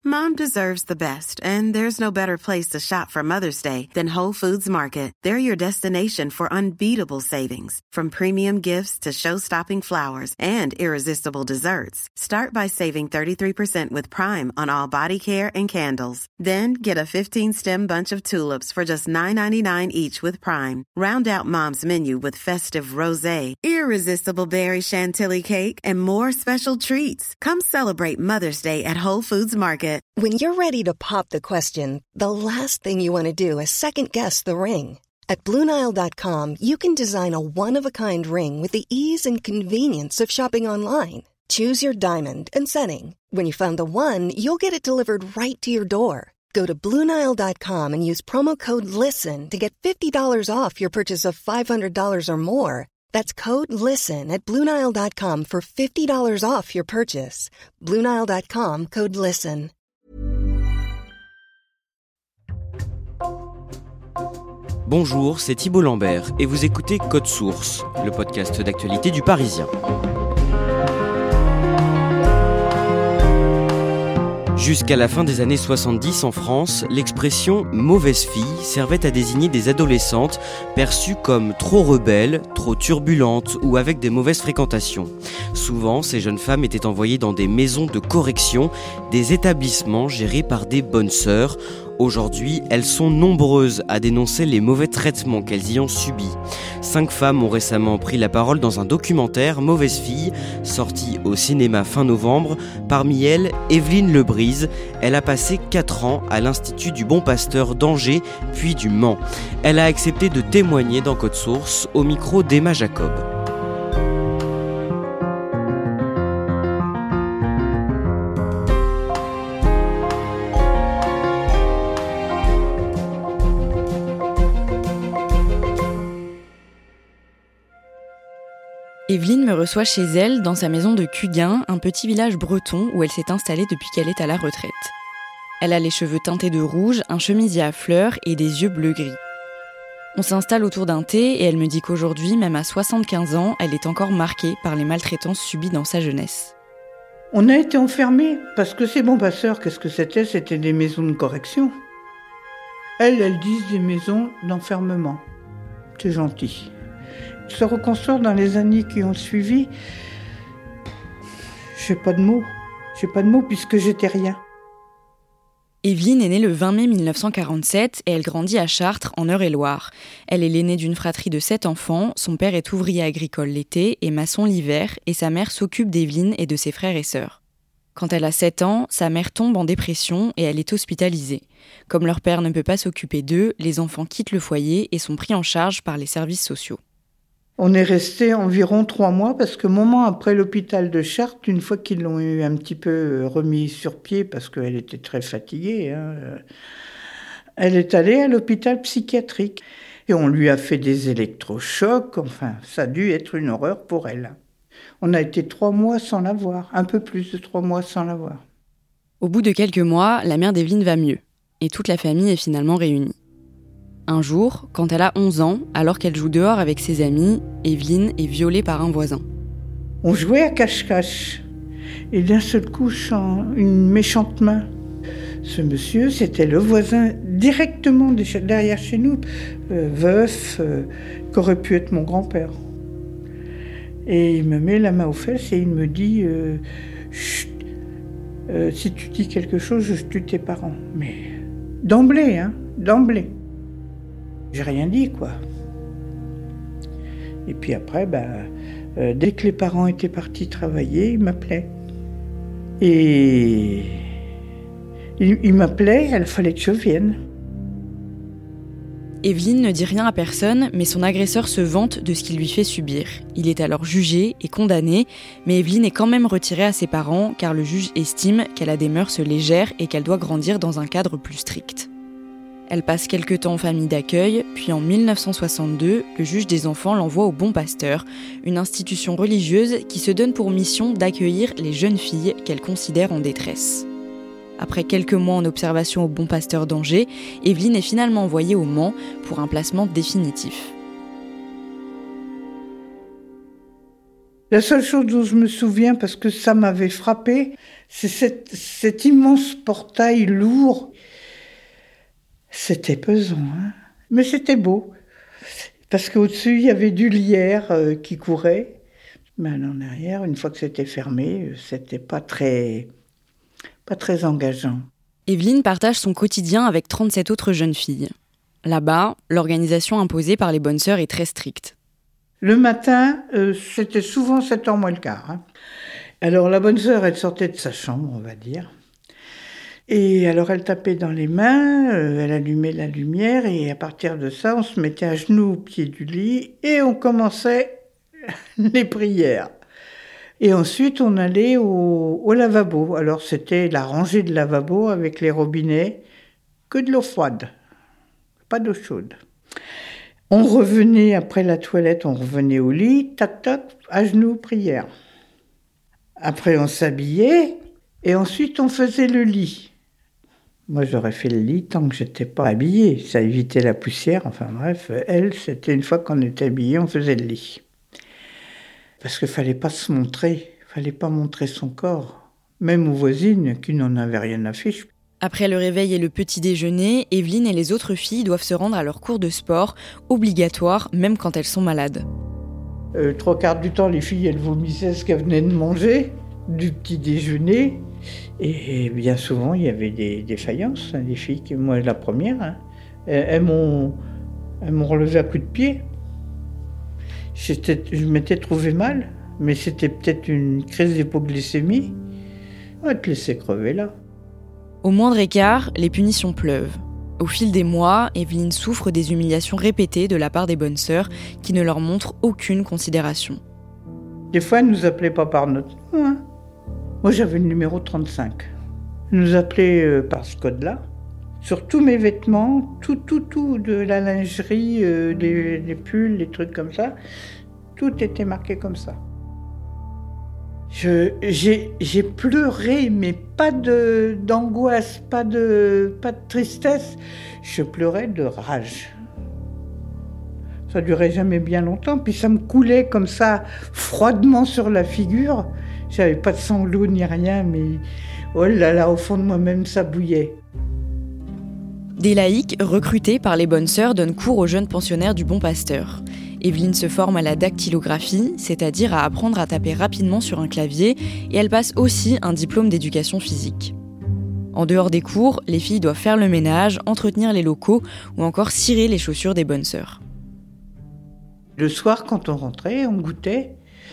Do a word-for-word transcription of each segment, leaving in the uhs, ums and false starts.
Mom deserves the best, and there's no better place to shop for Mother's Day than Whole Foods Market. They're your destination for unbeatable savings, from premium gifts to show-stopping flowers and irresistible desserts. Start by saving thirty-three percent with Prime on all body care and candles. Then get a fifteen-stem bunch of tulips for just nine ninety-nine each with Prime. Round out Mom's menu with festive rosé, irresistible berry chantilly cake, and more special treats. Come celebrate Mother's Day at Whole Foods Market. When you're ready to pop the question, the last thing you want to do is second-guess the ring. At Blue Nile dot com, you can design a one-of-a-kind ring with the ease and convenience of shopping online. Choose your diamond and setting. When you find the one, you'll get it delivered right to your door. Go to Blue Nile dot com and use promo code LISTEN to get fifty dollars off your purchase of five hundred dollars or more. That's code LISTEN at Blue Nile dot com for fifty dollars off your purchase. Blue Nile dot com, code LISTEN. Bonjour, c'est Thibault Lambert et vous écoutez Code Source, le podcast d'actualité du Parisien. Jusqu'à la fin des années soixante-dix en France, l'expression « mauvaise fille » servait à désigner des adolescentes perçues comme trop rebelles, trop turbulentes ou avec des mauvaises fréquentations. Souvent, ces jeunes femmes étaient envoyées dans des maisons de correction, des établissements gérés par des bonnes sœurs. Aujourd'hui, elles sont nombreuses à dénoncer les mauvais traitements qu'elles y ont subis. Cinq femmes ont récemment pris la parole dans un documentaire « Mauvaise fille », sorti au cinéma fin novembre. Parmi elles, Evelyne Lebrise. Elle a passé quatre ans à l'Institut du Bon Pasteur d'Angers, puis du Mans. Elle a accepté de témoigner dans Code Source au micro d'Emma Jacob. Evelyne me reçoit chez elle, dans sa maison de Cuguin, un petit village breton où elle s'est installée depuis qu'elle est à la retraite. Elle a les cheveux teintés de rouge, un chemisier à fleurs et des yeux bleu-gris. On s'installe autour d'un thé et elle me dit qu'aujourd'hui, même à soixante-quinze ans, elle est encore marquée par les maltraitances subies dans sa jeunesse. On a été enfermés, parce que ces bons passeurs, qu'est-ce que c'était ? C'était des maisons de correction. Elles, elles disent des maisons d'enfermement. C'est gentil. Se reconstruire dans les années qui ont suivi, j'ai pas de mots. J'ai pas de mots puisque j'étais rien. Evelyne est née le vingt mai mille neuf cent quarante-sept et elle grandit à Chartres, en Eure-et-Loir. Elle est l'aînée d'une fratrie de sept enfants, son père est ouvrier agricole l'été et maçon l'hiver, et sa mère s'occupe d'Evelyne et de ses frères et sœurs. Quand elle a sept ans, sa mère tombe en dépression et elle est hospitalisée. Comme leur père ne peut pas s'occuper d'eux, les enfants quittent le foyer et sont pris en charge par les services sociaux. On est resté environ trois mois parce que moment après l'hôpital de Chartres, une fois qu'ils l'ont eu un petit peu remis sur pied parce qu'elle était très fatiguée, hein, elle est allée à l'hôpital psychiatrique et on lui a fait des électrochocs. Enfin, ça a dû être une horreur pour elle. On a été trois mois sans la voir, un peu plus de trois mois sans la voir. Au bout de quelques mois, la mère d'Evelyne va mieux et toute la famille est finalement réunie. Un jour, quand elle a onze ans, alors qu'elle joue dehors avec ses amis, Evelyne est violée par un voisin. On jouait à cache-cache. Et d'un seul coup, je sens une méchante main. Ce monsieur, c'était le voisin directement derrière chez nous, euh, veuf, euh, qu'aurait pu être mon grand-père. Et il me met la main aux fesses et il me dit euh, « Chut, euh, si tu dis quelque chose, je tue tes parents. » Mais d'emblée, hein, d'emblée. J'ai rien dit, quoi. Et puis après, ben, euh, dès que les parents étaient partis travailler, ils m'appelaient. Et ils, ils m'appelaient, il fallait que je vienne. Evelyne ne dit rien à personne, mais son agresseur se vante de ce qu'il lui fait subir. Il est alors jugé et condamné, mais Evelyne est quand même retirée à ses parents car le juge estime qu'elle a des mœurs légères et qu'elle doit grandir dans un cadre plus strict. Elle passe quelque temps en famille d'accueil, puis en mille neuf cent soixante-deux, le juge des enfants l'envoie au Bon Pasteur, une institution religieuse qui se donne pour mission d'accueillir les jeunes filles qu'elle considère en détresse. Après quelques mois en observation au Bon Pasteur d'Angers, Evelyne est finalement envoyée au Mans pour un placement définitif. La seule chose dont je me souviens, parce que ça m'avait frappé, c'est cette, cet immense portail lourd. C'était pesant, hein, mais c'était beau. Parce qu'au-dessus, il y avait du lierre euh, qui courait. Mais en arrière, une fois que c'était fermé, c'était pas très, pas très engageant. Evelyne partage son quotidien avec trente-sept autres jeunes filles. Là-bas, l'organisation imposée par les bonnes sœurs est très stricte. Le matin, euh, c'était souvent sept heures moins le quart. Hein. Alors la bonne sœur, elle sortait de sa chambre, on va dire. Et alors elle tapait dans les mains, euh, elle allumait la lumière et à partir de ça, on se mettait à genoux au pied du lit et on commençait les prières. Et ensuite, on allait au, au lavabo. Alors c'était la rangée de lavabo avec les robinets, que de l'eau froide, pas d'eau chaude. On revenait après la toilette, on revenait au lit, tac tac, à genoux, prière. Après on s'habillait et ensuite on faisait le lit. Moi, j'aurais fait le lit tant que j'étais pas habillée. Ça évitait la poussière. Enfin bref, elle, c'était une fois qu'on était habillé, on faisait le lit. Parce qu'il fallait pas se montrer, fallait pas montrer son corps. Même aux voisines qui n'en avaient rien à fiche. Après le réveil et le petit déjeuner, Evelyne et les autres filles doivent se rendre à leur cours de sport, obligatoire même quand elles sont malades. Euh, trois quarts du temps, les filles, elles vomissaient ce qu'elles venaient de manger, du petit déjeuner. Et bien souvent, il y avait des défaillances. Hein, des filles, qui, moi la première, hein, elles, elles, m'ont, elles m'ont relevé à coups de pied. J'étais, je m'étais trouvé mal, mais c'était peut-être une crise d'hypoglycémie. On va te laisser crever là. Au moindre écart, les punitions pleuvent. Au fil des mois, Evelyne souffre des humiliations répétées de la part des bonnes sœurs qui ne leur montrent aucune considération. Des fois, elles ne nous appelaient pas par notre nom. Hein. Moi, j'avais le numéro trente-cinq. Elles nous appelaient euh, par ce code-là. Sur tous mes vêtements, tout, tout, tout, de la lingerie, euh, des, des pulls, des trucs comme ça, tout était marqué comme ça. Je, j'ai, j'ai pleuré, mais pas de, d'angoisse, pas de, pas de tristesse. Je pleurais de rage. Ça durait jamais bien longtemps, puis ça me coulait comme ça, froidement sur la figure. J'avais pas de sanglots ni rien, mais oh là là, au fond de moi-même, ça bouillait. Des laïcs recrutés par les bonnes sœurs donnent cours aux jeunes pensionnaires du Bon Pasteur. Evelyne se forme à la dactylographie, c'est-à-dire à apprendre à taper rapidement sur un clavier, et elle passe aussi un diplôme d'éducation physique. En dehors des cours, les filles doivent faire le ménage, entretenir les locaux ou encore cirer les chaussures des bonnes sœurs. Le soir, quand on rentrait, on goûtait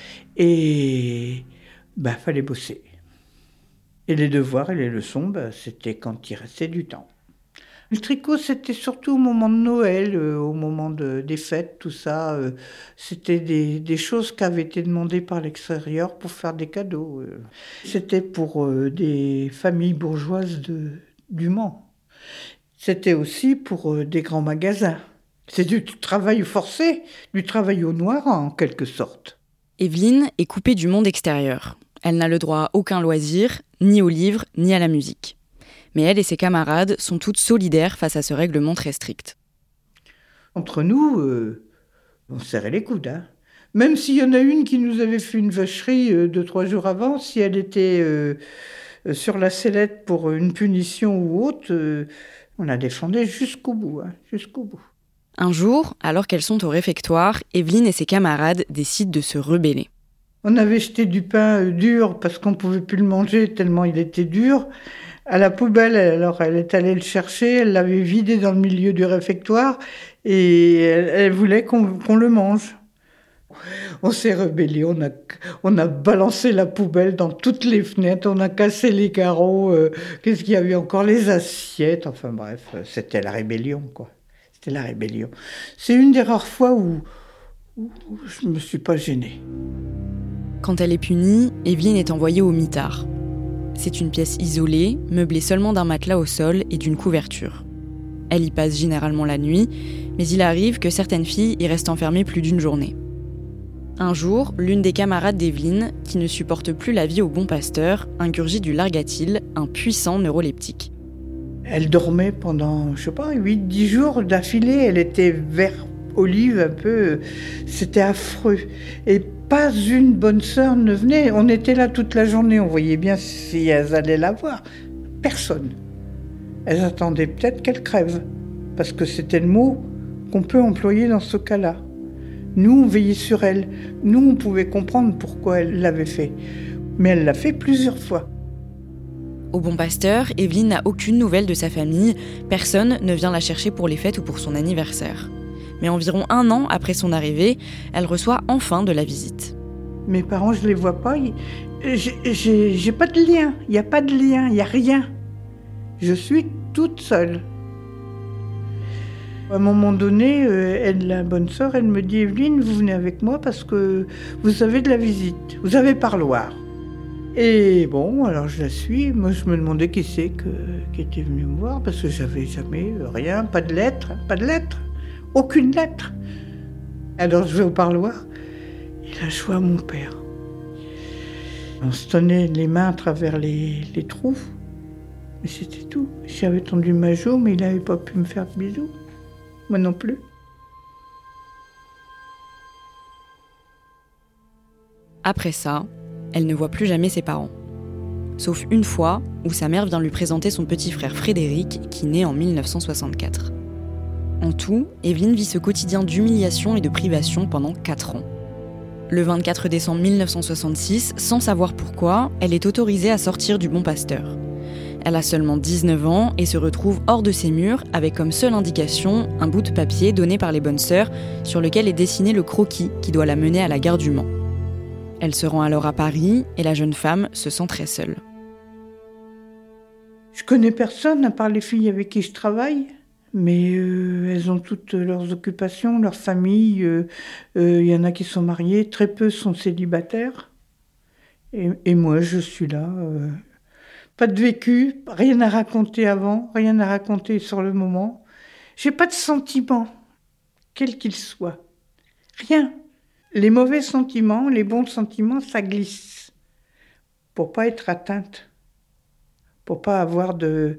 et bah, fallait bosser. Et les devoirs et les leçons, bah, c'était quand il restait du temps. Le tricot, c'était surtout au moment de Noël, euh, au moment de, des fêtes, tout ça. Euh, c'était des, des choses qui avaient été demandées par l'extérieur pour faire des cadeaux. Euh. C'était pour euh, des familles bourgeoises de, du Mans. C'était aussi pour euh, des grands magasins. C'est du travail forcé, du travail au noir en quelque sorte. Evelyne est coupée du monde extérieur. Elle n'a le droit à aucun loisir, ni aux livres, ni à la musique. Mais elle et ses camarades sont toutes solidaires face à ce règlement très strict. Entre nous, euh, on serrait les coudes. Hein. Même s'il y en a une qui nous avait fait une vacherie euh, deux, trois jours avant, si elle était euh, sur la sellette pour une punition ou autre, euh, on la défendait jusqu'au bout, hein, jusqu'au bout. Un jour, alors qu'elles sont au réfectoire, Evelyne et ses camarades décident de se rebeller. On avait jeté du pain euh, dur parce qu'on ne pouvait plus le manger tellement il était dur. À la poubelle, alors elle est allée le chercher, elle l'avait vidé dans le milieu du réfectoire et elle, elle voulait qu'on, qu'on le mange. On s'est rebellé, on a, on a balancé la poubelle dans toutes les fenêtres, on a cassé les carreaux, euh, qu'est-ce qu'il y avait encore, les assiettes, enfin bref, c'était la rébellion, quoi. C'était la rébellion. C'est une des rares fois où, où je ne me suis pas gênée. Quand elle est punie, Evelyne est envoyée au mitard. C'est une pièce isolée, meublée seulement d'un matelas au sol et d'une couverture. Elle y passe généralement la nuit, mais il arrive que certaines filles y restent enfermées plus d'une journée. Un jour, l'une des camarades d'Evelyne, qui ne supporte plus la vie au Bon Pasteur, ingurgite du Largatil, un puissant neuroleptique. Elle dormait pendant, je sais pas, huit dix jours d'affilée. Elle était vert olive un peu. C'était affreux. Et Pas une bonne sœur ne venait. On était là toute la journée, on voyait bien si elles allaient la voir. Personne. Elles attendaient peut-être qu'elle crève, parce que c'était le mot qu'on peut employer dans ce cas-là. Nous, on veillait sur elle. Nous, on pouvait comprendre pourquoi elle l'avait fait. Mais elle l'a fait plusieurs fois. Au Bon Pasteur, Evelyne n'a aucune nouvelle de sa famille. Personne ne vient la chercher pour les fêtes ou pour son anniversaire. Mais environ un an après son arrivée, elle reçoit enfin de la visite. Mes parents, je les vois pas. J'ai, j'ai, j'ai pas de lien. Il n'y a pas de lien. Il n'y a rien. Je suis toute seule. À un moment donné, elle, la bonne sœur, elle me dit « Evelyne, vous venez avec moi parce que vous avez de la visite. Vous avez parloir. » Et bon, alors je la suis. Moi, je me demandais qui c'est que, qui était venu me voir parce que j'avais jamais rien, pas de lettre, pas de lettre. Aucune lettre. Alors je vais au parloir, et là je vois mon père. On se tenait les mains à travers les, les trous, mais c'était tout. J'avais tendu ma joue, mais il n'avait pas pu me faire de bisous. Moi non plus. Après ça, elle ne voit plus jamais ses parents. Sauf une fois où sa mère vient lui présenter son petit frère Frédéric, qui naît en dix-neuf cent soixante-quatre. En tout, Evelyne vit ce quotidien d'humiliation et de privation pendant quatre ans. Le vingt-quatre décembre dix-neuf cent soixante-six, sans savoir pourquoi, elle est autorisée à sortir du Bon Pasteur. Elle a seulement dix-neuf ans et se retrouve hors de ses murs avec comme seule indication un bout de papier donné par les bonnes sœurs sur lequel est dessiné le croquis qui doit la mener à la gare du Mans. Elle se rend alors à Paris et la jeune femme se sent très seule. Je connais personne à part les filles avec qui je travaille. Mais euh, elles ont toutes leurs occupations, leurs familles. Il euh, euh, y en a qui sont mariées, très peu sont célibataires. Et, et moi, je suis là. Euh, pas de vécu, rien à raconter avant, rien à raconter sur le moment. J'ai pas de sentiments, quels qu'ils soient. Rien. Les mauvais sentiments, les bons sentiments, ça glisse. Pour pas être atteinte. Pour pas avoir de...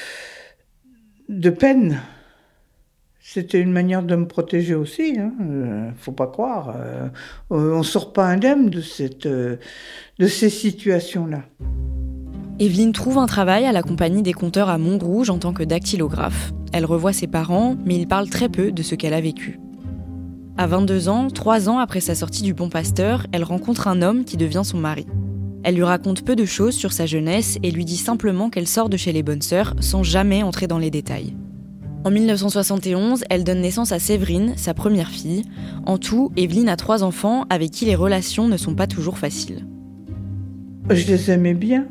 de peine. C'était une manière de me protéger aussi, hein. Euh, faut pas croire. Euh, on sort pas indemne de, cette, euh, de ces situations-là. Evelyne trouve un travail à la compagnie des compteurs à Montrouge en tant que dactylographe. Elle revoit ses parents, mais ils parlent très peu de ce qu'elle a vécu. À vingt-deux ans, trois ans après sa sortie du Bon Pasteur, elle rencontre un homme qui devient son mari. Elle lui raconte peu de choses sur sa jeunesse et lui dit simplement qu'elle sort de chez les bonnes sœurs sans jamais entrer dans les détails. En dix-neuf cent soixante et onze, elle donne naissance à Séverine, sa première fille. En tout, Evelyne a trois enfants avec qui les relations ne sont pas toujours faciles. Je les aimais bien.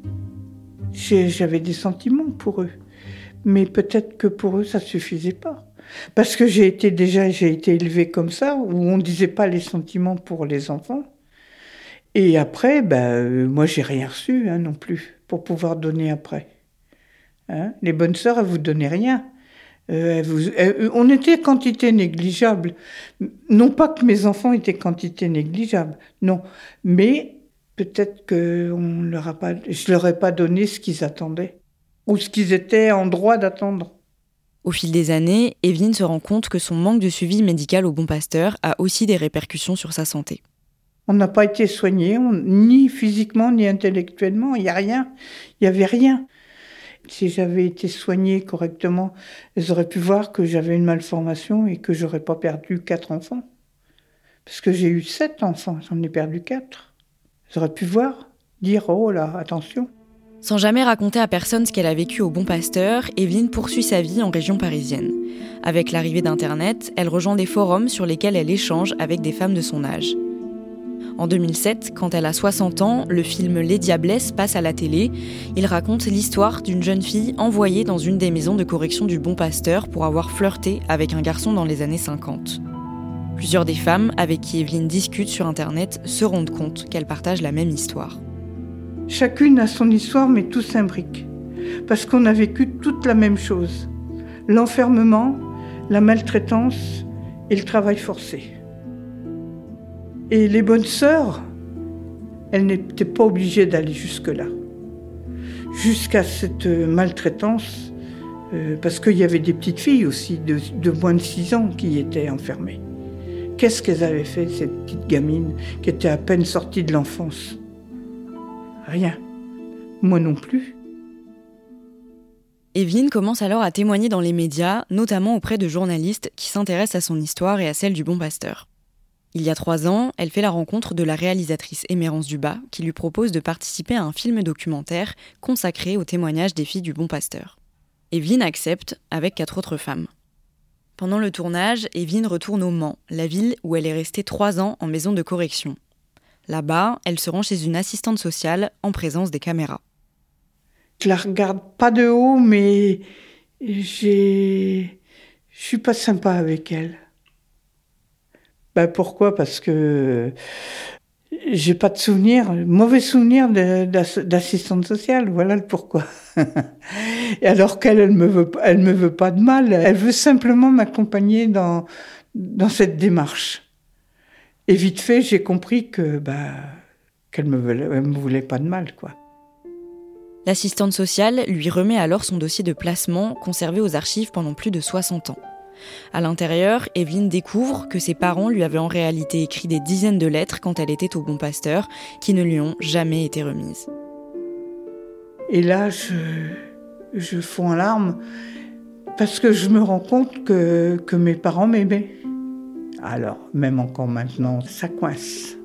J'avais des sentiments pour eux. Mais peut-être que pour eux, ça ne suffisait pas. Parce que j'ai été déjà j'ai été élevée comme ça, où on ne disait pas les sentiments pour les enfants. Et après, ben, euh, moi, j'ai rien reçu hein, non plus, pour pouvoir donner après. Hein, les bonnes sœurs, elles vous donnaient rien. Euh, elles vous, elles, on était quantité négligeable. Non pas que mes enfants étaient quantité négligeable, non. Mais peut-être que on leur a pas, je leur ai pas donné ce qu'ils attendaient, ou ce qu'ils étaient en droit d'attendre. Au fil des années, Evelyne se rend compte que son manque de suivi médical au Bon Pasteur a aussi des répercussions sur sa santé. On n'a pas été soignés, on, ni physiquement, ni intellectuellement, il n'y a rien, il n'y avait rien. Si j'avais été soignée correctement, elles auraient pu voir que j'avais une malformation et que je n'aurais pas perdu quatre enfants. Parce que j'ai eu sept enfants, j'en ai perdu quatre. Elles auraient pu voir, dire « oh là, attention ». Sans jamais raconter à personne ce qu'elle a vécu au Bon Pasteur, Evelyne poursuit sa vie en région parisienne. Avec l'arrivée d'Internet, elle rejoint des forums sur lesquels elle échange avec des femmes de son âge. En deux mille sept, quand elle a soixante ans, le film Les Diablesses passe à la télé. Il raconte l'histoire d'une jeune fille envoyée dans une des maisons de correction du Bon Pasteur pour avoir flirté avec un garçon dans les années cinquante. Plusieurs des femmes avec qui Evelyne discute sur Internet se rendent compte qu'elles partagent la même histoire. Chacune a son histoire, mais tout s'imbrique. Parce qu'on a vécu toute la même chose. L'enfermement, la maltraitance et le travail forcé. Et les bonnes sœurs, elles n'étaient pas obligées d'aller jusque-là. Jusqu'à cette maltraitance, euh, parce qu'il y avait des petites filles aussi de, de moins de six ans qui étaient enfermées. qu'est-ce qu'elles avaient fait, ces petites gamines qui étaient à peine sorties de l'enfance? Rien. Moi non plus. Evelyne commence alors à témoigner dans les médias, notamment auprès de journalistes qui s'intéressent à son histoire et à celle du Bon Pasteur. Il y a trois ans, elle fait la rencontre de la réalisatrice Émérance Dubas, qui lui propose de participer à un film documentaire consacré au témoignage des filles du Bon Pasteur. Evelyne accepte, avec quatre autres femmes. Pendant le tournage, Evelyne retourne au Mans, la ville où elle est restée trois ans en maison de correction. Là-bas, elle se rend chez une assistante sociale en présence des caméras. Je la regarde pas de haut, mais j'ai... je suis pas sympa avec elle. Ben pourquoi ? Parce que j'ai pas de souvenir, mauvais souvenir de, d'assistante sociale, voilà le pourquoi. Et alors qu'elle, elle me veut, elle me veut pas de mal, elle veut simplement m'accompagner dans, dans cette démarche. Et vite fait, j'ai compris que, bah, qu'elle me voulait, elle me voulait pas de mal, quoi. L'assistante sociale lui remet alors son dossier de placement conservé aux archives pendant plus de soixante ans. À l'intérieur, Evelyne découvre que ses parents lui avaient en réalité écrit des dizaines de lettres quand elle était au Bon Pasteur, qui ne lui ont jamais été remises. Et là, je, je fonds en larmes, parce que je me rends compte que, que mes parents m'aimaient. Alors, même encore maintenant, ça coince.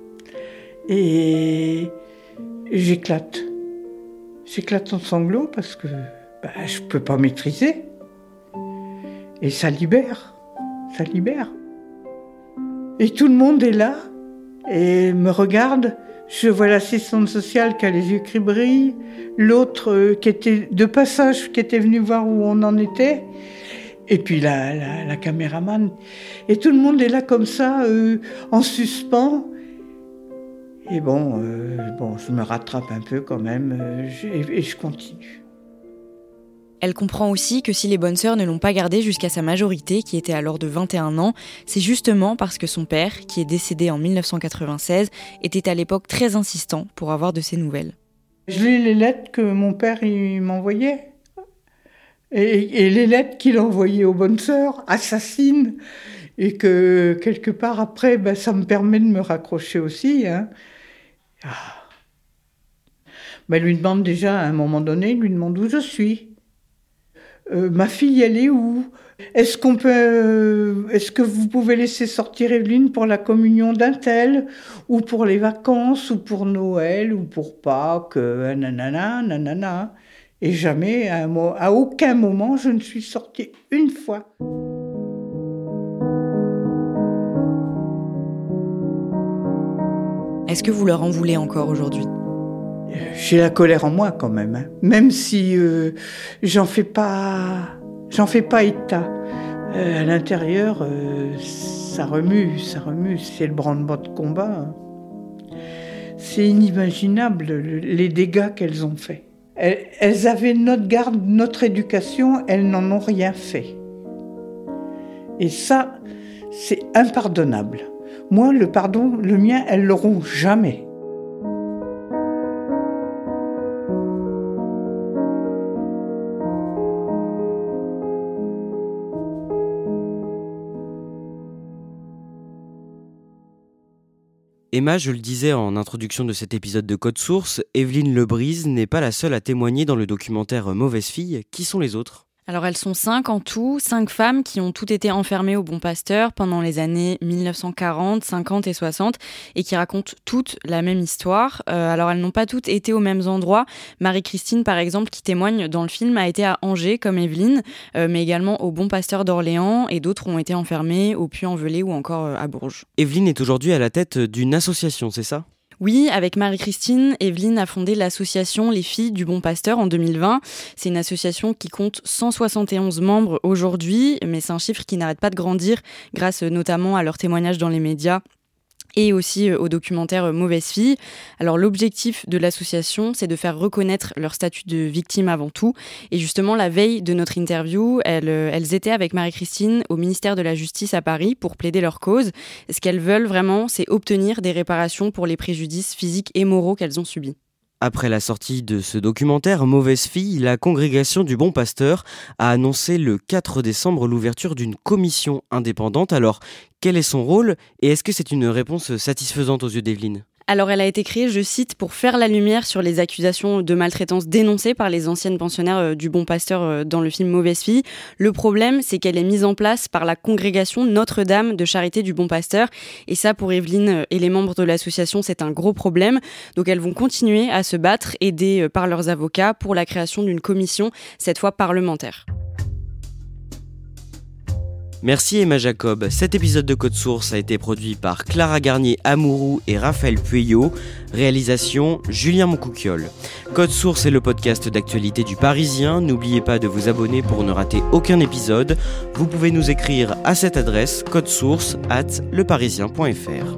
Et j'éclate. J'éclate en sanglots parce que bah, je ne peux pas maîtriser. Et ça libère. Ça libère. Et tout le monde est là et me regarde. Je vois l'assistante sociale qui a les yeux qui brillent, l'autre euh, qui était de passage, qui était venu voir où on en était. Et puis la, la, la caméraman. Et tout le monde est là comme ça, euh, en suspens. Et bon, euh, bon, je me rattrape un peu quand même, euh, je, et, et je continue. Elle comprend aussi que si les bonnes sœurs ne l'ont pas gardée jusqu'à sa majorité, qui était alors de vingt et un ans, c'est justement parce que son père, qui est décédé en dix-neuf cent quatre-vingt-seize, était à l'époque très insistant pour avoir de ses nouvelles. Je lis les lettres que mon père il m'envoyait. Et, et les lettres qu'il envoyait aux bonnes sœurs, assassines, et que quelque part après, ben, ça me permet de me raccrocher aussi. Hein. Ah. Ben, il lui demande déjà, à un moment donné, il lui demande où je suis. Euh, ma fille, elle est où ? Est-ce qu'on peut, euh, est-ce que vous pouvez laisser sortir Evelyne pour la communion d'un tel, ou pour les vacances, ou pour Noël, ou pour Pâques, euh, nanana, nanana. Et jamais, à, un mo- à aucun moment, je ne suis sortie une fois. Est-ce que vous leur en voulez encore aujourd'hui ? J'ai la colère en moi quand même, hein. Même si euh, j'en fais pas, j'en fais pas état. Euh, à l'intérieur, euh, ça remue, ça remue. C'est le branle-bas de combat. Hein. C'est inimaginable le, les dégâts qu'elles ont faits. Elles, elles avaient notre garde, notre éducation, elles n'en ont rien fait. Et ça, c'est impardonnable. Moi, le pardon, le mien, elles l'auront jamais. Emma, je le disais en introduction de cet épisode de Code Source, Evelyne Lebrise n'est pas la seule à témoigner dans le documentaire Mauvaise fille. Qui sont les autres ? Alors elles sont cinq en tout, cinq femmes qui ont toutes été enfermées au Bon Pasteur pendant les années dix-neuf cent quarante, cinquante et soixante et qui racontent toutes la même histoire. Euh, alors elles n'ont pas toutes été aux mêmes endroits. Marie-Christine par exemple qui témoigne dans le film a été à Angers comme Evelyne, euh, mais également au Bon Pasteur d'Orléans et d'autres ont été enfermées au Puy-en-Velay ou encore euh, à Bourges. Evelyne est aujourd'hui à la tête d'une association, c'est ça ? Oui, avec Marie-Christine, Evelyne a fondé l'association Les Filles du Bon Pasteur en deux mille vingt. C'est une association qui compte cent soixante et onze membres aujourd'hui, mais c'est un chiffre qui n'arrête pas de grandir grâce notamment à leurs témoignages dans les médias et aussi au documentaire Mauvaise fille. Alors l'objectif de l'association, c'est de faire reconnaître leur statut de victime avant tout. Et justement, la veille de notre interview, elles, elles étaient avec Marie-Christine au ministère de la Justice à Paris pour plaider leur cause. Ce qu'elles veulent vraiment, c'est obtenir des réparations pour les préjudices physiques et moraux qu'elles ont subis. Après la sortie de ce documentaire Mauvaise fille, la congrégation du Bon Pasteur a annoncé le quatre décembre l'ouverture d'une commission indépendante. Alors, quel est son rôle et est-ce que c'est une réponse satisfaisante aux yeux d'Evelyne ? Alors elle a été créée, je cite, pour faire la lumière sur les accusations de maltraitance dénoncées par les anciennes pensionnaires du Bon Pasteur dans le film Mauvaise fille. Le problème, c'est qu'elle est mise en place par la congrégation Notre-Dame de Charité du Bon Pasteur. Et ça, pour Evelyne et les membres de l'association, c'est un gros problème. Donc elles vont continuer à se battre, aidées par leurs avocats, pour la création d'une commission, cette fois parlementaire. Merci Emma Jacob. Cet épisode de Code Source a été produit par Clara Garnier-Amouroux et Raphaël Pueyo. Réalisation Julien Moncouquiol. Code Source est le podcast d'actualité du Parisien. N'oubliez pas de vous abonner pour ne rater aucun épisode. Vous pouvez nous écrire à cette adresse codesource arobase leparisien point fr.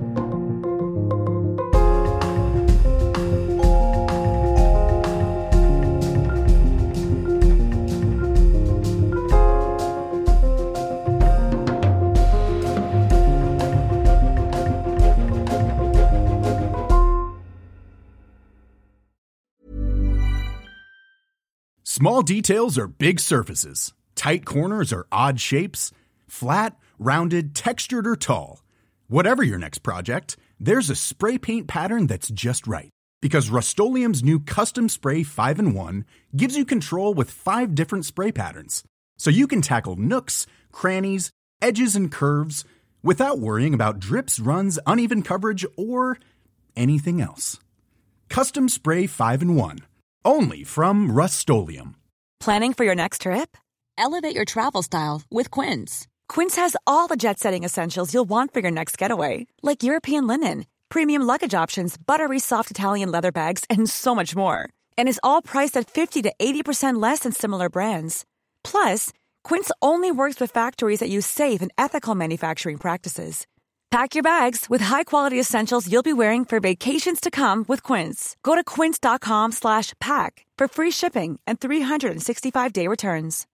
Small details are big surfaces. Tight corners are odd shapes. Flat, rounded, textured, or tall. Whatever your next project, there's a spray paint pattern that's just right. Because Rust-Oleum's new Custom Spray five in one gives you control with five different spray patterns. So you can tackle nooks, crannies, edges, and curves without worrying about drips, runs, uneven coverage, or anything else. Custom Spray five in one. Only from Rust-Oleum. Planning for your next trip? Elevate your travel style with Quince. Quince has all the jet-setting essentials you'll want for your next getaway, like European linen, premium luggage options, buttery soft Italian leather bags, and so much more. And is all priced at fifty to eighty percent less than similar brands. Plus, Quince only works with factories that use safe and ethical manufacturing practices. Pack your bags with high-quality essentials you'll be wearing for vacations to come with Quince. Go to quince.com slash pack for free shipping and three sixty-five day returns.